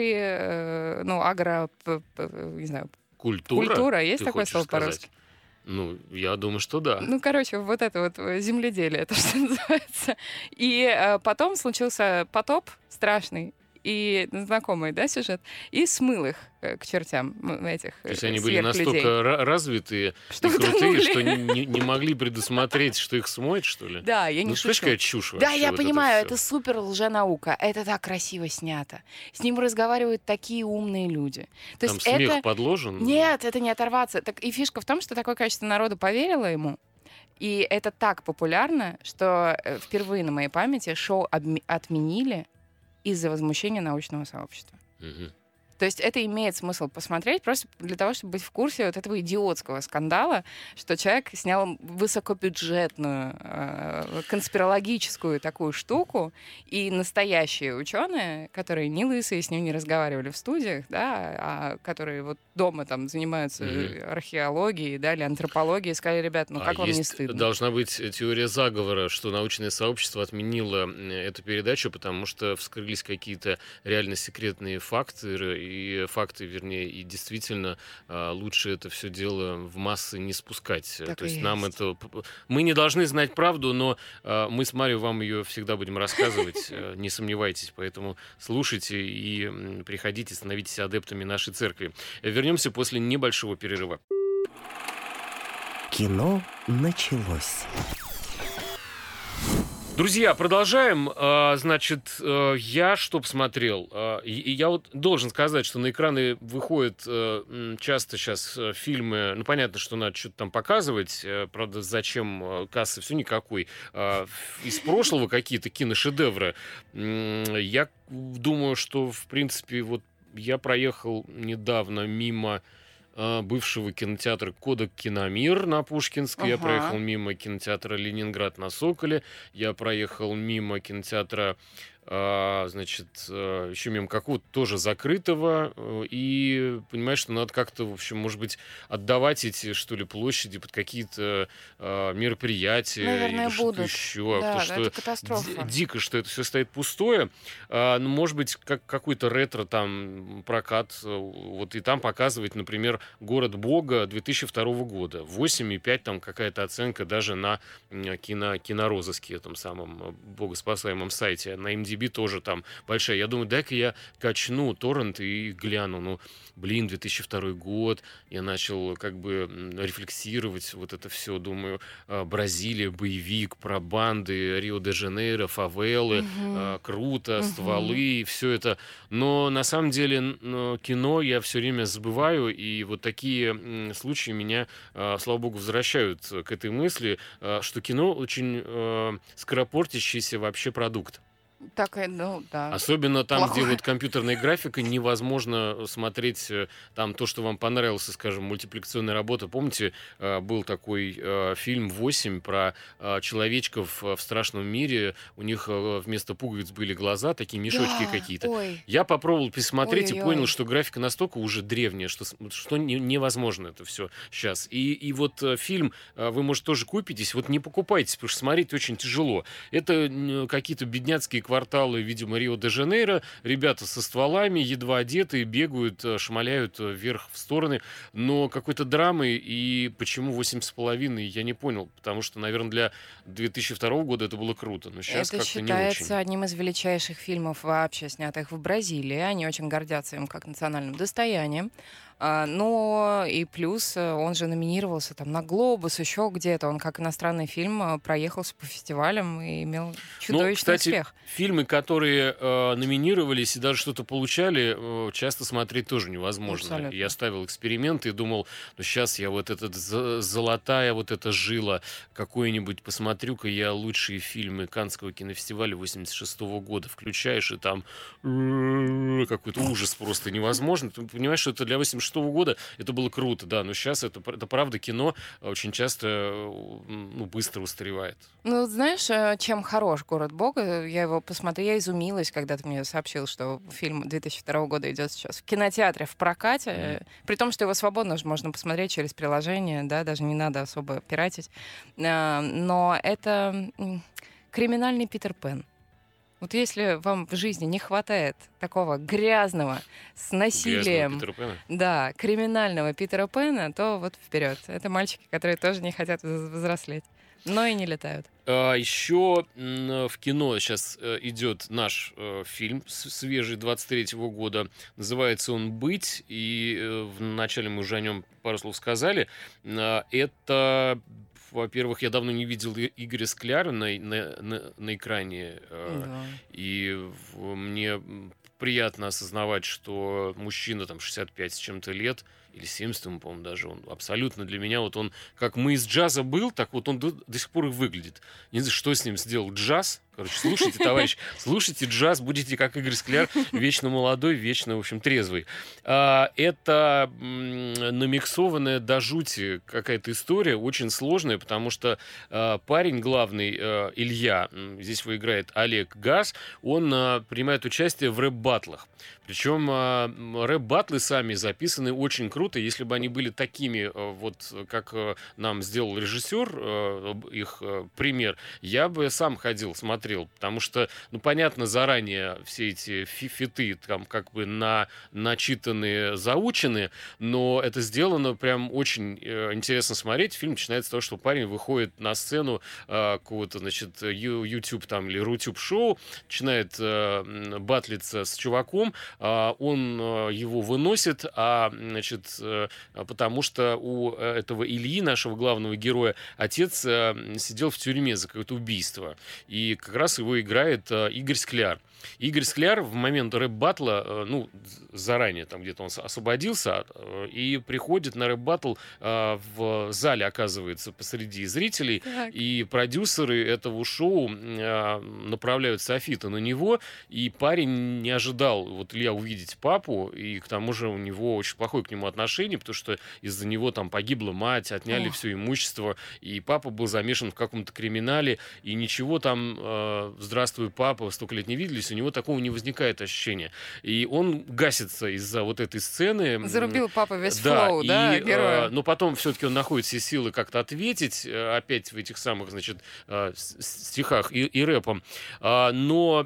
не знаю, культура. Есть ты такое хочешь слово сказать? по-русски? Ну, я думаю, что да. Ну, короче, вот это вот земледелие, то, что называется. И потом случился потоп страшный, и знакомый, да, сюжет, и смыл их к чертям этих То есть они были сверхлюдей. настолько развитые Что и крутые, утонули. что не могли предусмотреть, что их смоет, что ли? Да, я не Ну, слышишь, шучу. какая чушь Да, вообще, я вот понимаю, это это супер лженаука. Это так красиво снято. С ним разговаривают такие умные люди. То Там есть смех это... подложен? Нет, это не оторваться. Так и фишка в том, что такое количество народу поверило ему, и это так популярно, что впервые на моей памяти шоу отменили из-за возмущения научного сообщества. Мгм. То есть это имеет смысл посмотреть просто для того, чтобы быть в курсе вот этого идиотского скандала, что человек снял высокобюджетную конспирологическую такую штуку, и настоящие ученые, которые не лысые, с ним не разговаривали в студиях, да, а которые вот дома там занимаются археологией, да, или антропологией, сказали, ребят, ну как вам не стыдно? Должна быть теория заговора, что научное сообщество отменило эту передачу, потому что вскрылись какие-то реально секретные факты, вернее, и действительно лучше это все дело в массы не спускать. Так То есть и нам есть. это... Мы не должны знать правду, но мы с Марьей вам ее всегда будем рассказывать, не сомневайтесь. Поэтому слушайте и приходите, становитесь адептами нашей церкви. Вернемся после небольшого перерыва. Кино началось. Друзья, продолжаем. Значит, я что посмотрел? И я вот должен сказать, что на экраны выходят часто сейчас фильмы. Ну, понятно, что надо что-то там показывать. Правда, зачем кассы? Все никакой. Из прошлого какие-то киношедевры. Я думаю, что, в принципе, вот я проехал недавно мимо бывшего кинотеатра «Кодек Киномир» на Пушкинской. Я проехал мимо кинотеатра «Ленинград» на Соколе. Я проехал мимо кинотеатра, еще мимо какого-то тоже закрытого. И понимаешь, что надо как-то, в общем, может быть, отдавать эти, что ли, площади под какие-то мероприятия. Наверное, или что-то будут. еще. Да, Потому что это катастрофа. дико, что это все стоит пустое. Ну, может быть, какой-то ретро там прокат. Вот и там показывать, например, «Город Бога» 2002 года. 8,5 там какая-то оценка даже на кинорозыске, этом самом богоспасаемом сайте, на MDB. IMDb тоже там большая. Я думаю, дай-ка я качну торрент и гляну. Ну, блин, 2002 год. Я начал как бы рефлексировать вот это все. Думаю, Бразилия, боевик про банды, Рио-де-Жанейро, фавелы, круто, стволы, все это. Но на самом деле кино я все время забываю, и вот такие случаи меня, слава богу, возвращают к этой мысли, что кино очень скоропортящийся вообще продукт. Так, ну, да. Особенно там, Плохой. где вот компьютерная графика, невозможно смотреть там то, что вам понравилось, скажем, мультипликационная работа. Помните, был такой фильм «8» про человечков в страшном мире. У них вместо пуговиц были глаза, такие мешочки какие-то. Ой. Я попробовал пересмотреть и Ой-ой-ой. понял, что графика настолько уже древняя, что невозможно это все сейчас. И вот фильм вы, может, тоже купитесь. Вот не покупайтесь, потому что смотреть очень тяжело. Это какие-то бедняцкие кварталы, видимо, Рио-де-Жанейро. Ребята со стволами, едва одетые, бегают, шмаляют вверх в стороны. Но какой-то драмы, и почему 8,5, я не понял. Потому что, наверное, для 2002 года это было круто. Но сейчас Это как-то не очень. считается одним из величайших фильмов вообще, снятых в Бразилии. Они очень гордятся им как национальным достоянием. Но и плюс он же номинировался там на «Глобус», еще где-то. Он как иностранный фильм проехался по фестивалям и имел чудовищный кстати, успех. фильмы, которые номинировались и даже что-то получали, часто смотреть тоже невозможно. Абсолютно. Я ставил эксперименты и думал, ну сейчас я вот этот золотая вот эта жила какой-нибудь посмотрю-ка я лучшие фильмы Каннского кинофестиваля 86 года. Включаешь, и там какой-то ужас просто невозможно. Ты понимаешь, что это для 86 года это было круто, да, но сейчас это правда кино очень часто быстро устаревает. Ну, знаешь, чем хорош «Город Бога»? Я его посмотрела, я изумилась, когда ты мне сообщил, что фильм 2002 года идет сейчас в кинотеатре в прокате, при том, что его свободно же можно посмотреть через приложение, да, даже не надо особо пиратить. Но это криминальный Питер Пэн. Вот если вам в жизни не хватает такого грязного, с насилием, Питера Пэна? да, криминального Питера Пэна, то вот вперед. Это мальчики, которые тоже не хотят взрослеть, но и не летают. Еще в кино сейчас идет наш фильм свежий 23-го года. Называется он «Быть». И вначале мы уже о нем пару слов сказали. Это... Во-первых, я давно не видел Игоря Скляра на экране. Да. И мне приятно осознавать, что мужчина там 65 с чем-то лет, или 70 ему, по-моему, даже, он абсолютно для меня, вот он, как мы из джаза был, так вот он до сих пор и выглядит. Не знаю, что с ним сделал джаз. Короче, слушайте, товарищ, слушайте джаз, будете как Игорь Скляр, вечно молодой, вечно, в общем, трезвый. Это намиксованная до жути какая-то история, очень сложная, потому что парень главный, Илья, здесь его играет Олег Газ, он принимает участие в рэп-баттлах. Причем рэп-баттлы сами записаны очень круто. Если бы они были такими, вот как нам сделал режиссер, их пример, я бы сам ходил, смотрел. Потому что, ну, понятно, заранее все эти фиты там как бы начитанные, заучены, но это сделано прям очень интересно смотреть. Фильм начинается с того, что парень выходит на сцену какого-то, значит, YouTube там или Рутюб шоу, начинает батлиться с чуваком, он его выносит, значит, потому что у этого Ильи, нашего главного героя, отец сидел в тюрьме за какое-то убийство. И как раз его играет Игорь Скляр. Игорь Скляр в момент рэп-баттла, ну, заранее там где-то он освободился, и приходит на рэп-баттл в зале, оказывается, посреди зрителей, Так. и продюсеры этого шоу направляют софиты на него, и парень не ожидал, вот Илья, увидеть папу, и к тому же у него очень плохое к нему отношение, потому что из-за него там погибла мать, отняли все имущество, и папа был замешан в каком-то криминале, и ничего там, здравствуй, папа, столько лет не виделись, у него такого не возникает ощущения. И он гасится из-за вот этой сцены. Зарубил папа весь Да, флоу, да, героя? но потом все-таки он находит все силы как-то ответить, опять в этих самых, значит, стихах и рэпом. Но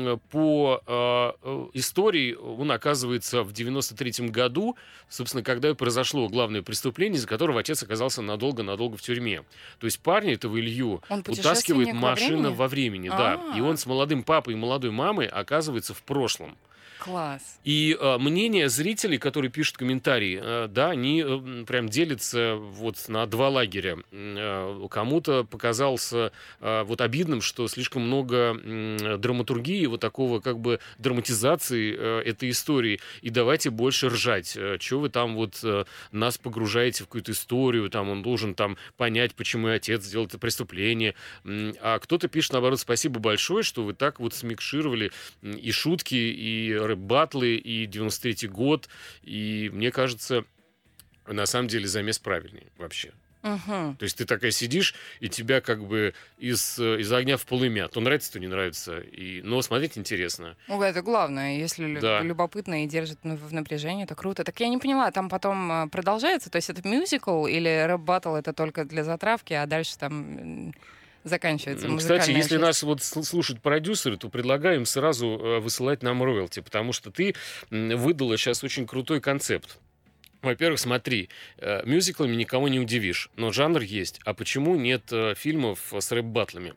по истории он оказывается в 93-м году, собственно, когда и произошло главное преступление, из-за которого отец оказался надолго-надолго в тюрьме. То есть парня этого Илью Он утаскивает путешественник во машина времени? во времени. времени, да. И он с молодым папой и молодой мамой оказывается в прошлом. Класс. И мнение зрителей, которые пишут комментарии, да, они прям делятся вот на два лагеря. Кому-то показался вот обидным, что слишком много драматургии, вот такого как бы драматизации этой истории. И давайте больше ржать. Чего вы там вот нас погружаете в какую-то историю, там он должен там понять, почему отец сделал это преступление. А кто-то пишет, наоборот, спасибо большое, что вы так вот смикшировали и шутки, и рэп-баттлы, и 93-й год. И мне кажется, на самом деле замес правильный вообще. То есть ты такая сидишь, и тебя как бы из огня в полымя. То нравится, то не нравится. Но смотреть интересно. Это главное. Если любопытно и держит в напряжении, это круто. Так я не поняла, там потом продолжается? То есть это мюзикл или рэп-баттл это только для затравки, а дальше там... заканчивается музыкальная Кстати, если часть. нас вот слушают продюсеры, то предлагаем сразу высылать нам роялти, потому что ты выдала сейчас очень крутой концепт. Во-первых, смотри, мюзиклами никого не удивишь, но жанр есть. А почему нет фильмов с рэп-баттлами?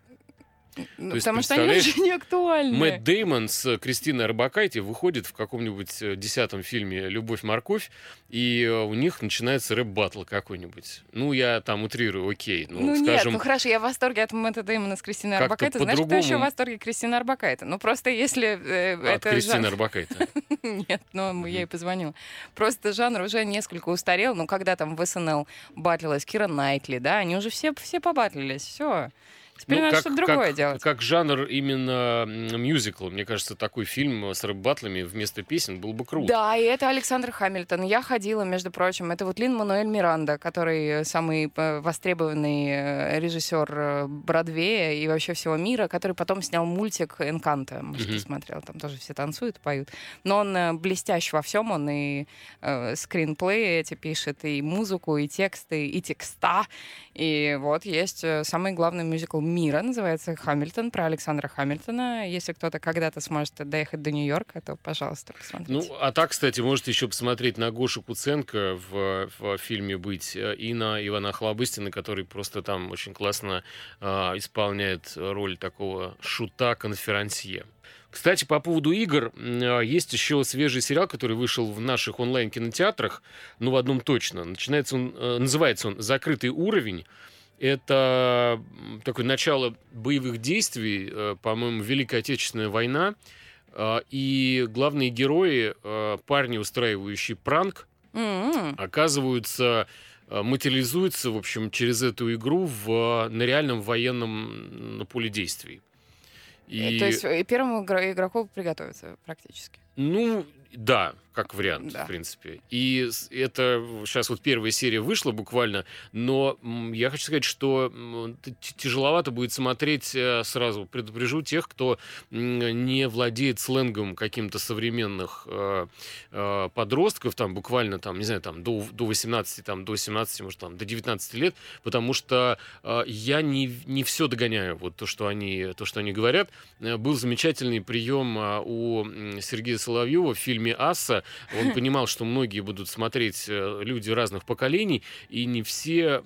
Потому что они уже не актуальны. Мэтт Дэймон с Кристиной Орбакайте выходит в каком-нибудь 10-м фильме «Любовь-морковь», и у них начинается рэп-баттл какой-нибудь. Ну, я там утрирую, окей. Скажем, нет, хорошо, я в восторге от Мэтта Дэймона с Кристиной Орбакайте. Знаешь, кто еще в восторге? Кристина Орбакайте. Ну, просто если это Кристина Орбакайте? Нет, я ей позвонила. Просто жанр уже несколько устарел. Ну, когда там в СНЛ батлилась Кира Найтли, да, они уже все побатлились, все. Теперь надо что-то другое делать. Как жанр именно мюзикл, мне кажется, такой фильм с рэп-баттлами вместо песен был бы круто. Да, и это Александр Хамильтон. Я ходила, между прочим, это вот Лин-Мануэль Миранда, который самый востребованный режиссер Бродвея и вообще всего мира, который потом снял мультик «Энканто». Может, ты смотрел, там тоже все танцуют и поют. Но он блестящ во всем, он и скринплеи эти пишет, и музыку, и тексты, и текста. И вот есть самый главный мюзикл мира, называется «Хамильтон», про Александра Хамильтона. Если кто-то когда-то сможет доехать до Нью-Йорка, то, пожалуйста, посмотрите. Ну, а так, кстати, можете еще посмотреть на Гошу Куценко в фильме «Быть» и на Ивана Охлобыстина, который просто там очень классно исполняет роль такого шута-конферансье. Кстати, по поводу игр, есть еще свежий сериал, который вышел в наших онлайн-кинотеатрах, в одном точно. Называется он «Закрытый уровень». Это такое начало боевых действий, по-моему, Великая Отечественная война. И главные герои, парни, устраивающие пранк, оказываются, материализуются, в общем, через эту игру на реальном военном поле действий. То есть первому игроку приготовиться практически. Да, как вариант, в принципе. И это сейчас вот первая серия вышла буквально, но я хочу сказать, что тяжеловато будет смотреть, сразу предупрежу тех, кто не владеет сленгом каким-то современных подростков, там буквально, там, не знаю, там, до 18, там, до 17, может, там, до 19 лет, потому что я не все догоняю, вот то, что они говорят. Был замечательный прием у Сергея Соловьева в фильме «Асса». Он понимал, что многие будут смотреть люди разных поколений, и не все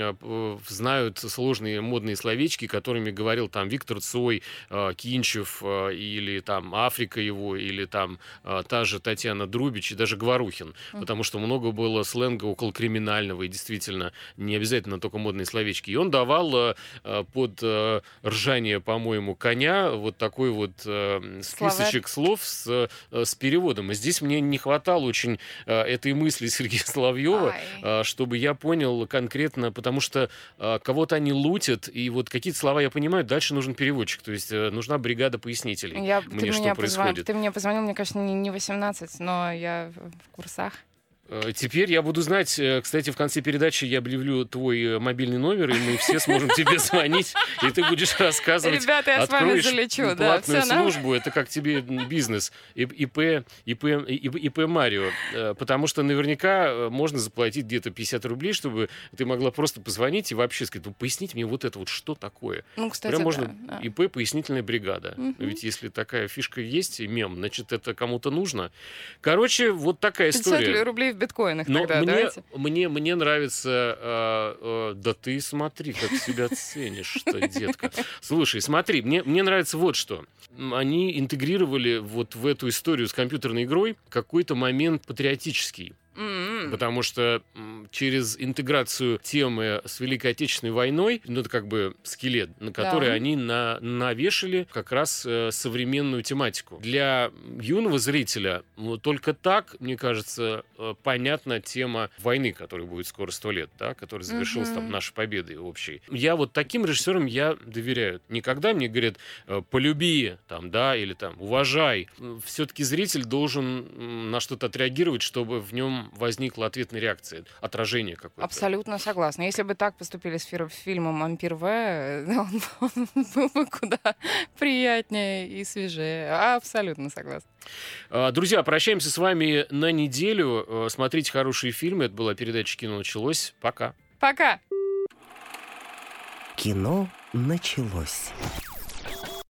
знают сложные модные словечки, которыми говорил там Виктор Цой, Кинчев, или там Африка его, или там та же Татьяна Друбич, и даже Говорухин, потому что много было сленга околокриминального, и действительно не обязательно только модные словечки. И он давал под ржание, по-моему, коня вот такой вот списочек слов с переводом. И здесь мне не хватало очень этой мысли Сергея Соловьева, чтобы я понял конкретно, потому что кого-то они лутят, и вот какие-то слова я понимаю, дальше нужен переводчик, то есть нужна бригада пояснителей. Что происходит. Ты мне позвонил, мне кажется, не 18, но я в курсах. Теперь я буду знать, кстати, в конце передачи я объявлю твой мобильный номер, и мы все сможем тебе звонить, и ты будешь рассказывать. Ребята, я с вами залечу, платную службу, это как тебе бизнес, ИП Марио, потому что наверняка можно заплатить где-то 50 рублей, чтобы ты могла просто позвонить и вообще сказать, поясните мне вот это вот, что такое. Кстати, прям можно ИП пояснительная бригада. Ведь если такая фишка есть, мем, значит, это кому-то нужно. Короче, вот такая история. 500 рублей в биткоинах Но тогда, давайте. мне нравится... да ты смотри, как себя ценишь-то, детка. Слушай, смотри, мне нравится вот что. Они интегрировали вот в эту историю с компьютерной игрой какой-то момент патриотический. Потому что через интеграцию темы с Великой Отечественной войной, ну, это как бы скелет, на который они навешали как раз современную тематику. Для юного зрителя только так, мне кажется, понятна тема войны, которая будет скоро 100 лет, да, которая завершилась там нашей победой общей. Я вот таким режиссерам я доверяю. Никогда мне говорят, полюби, там, да, или там, уважай. Все-таки зритель должен на что-то отреагировать, чтобы в нем возникла ответная реакция, отражение какое-то. Абсолютно согласна. Если бы так поступили с фильмом «Ампир В», он был бы куда приятнее и свежее. Абсолютно согласна. Друзья, прощаемся с вами на неделю. Смотрите хорошие фильмы. Это была передача «Кино началось». Пока. Пока. Кино началось.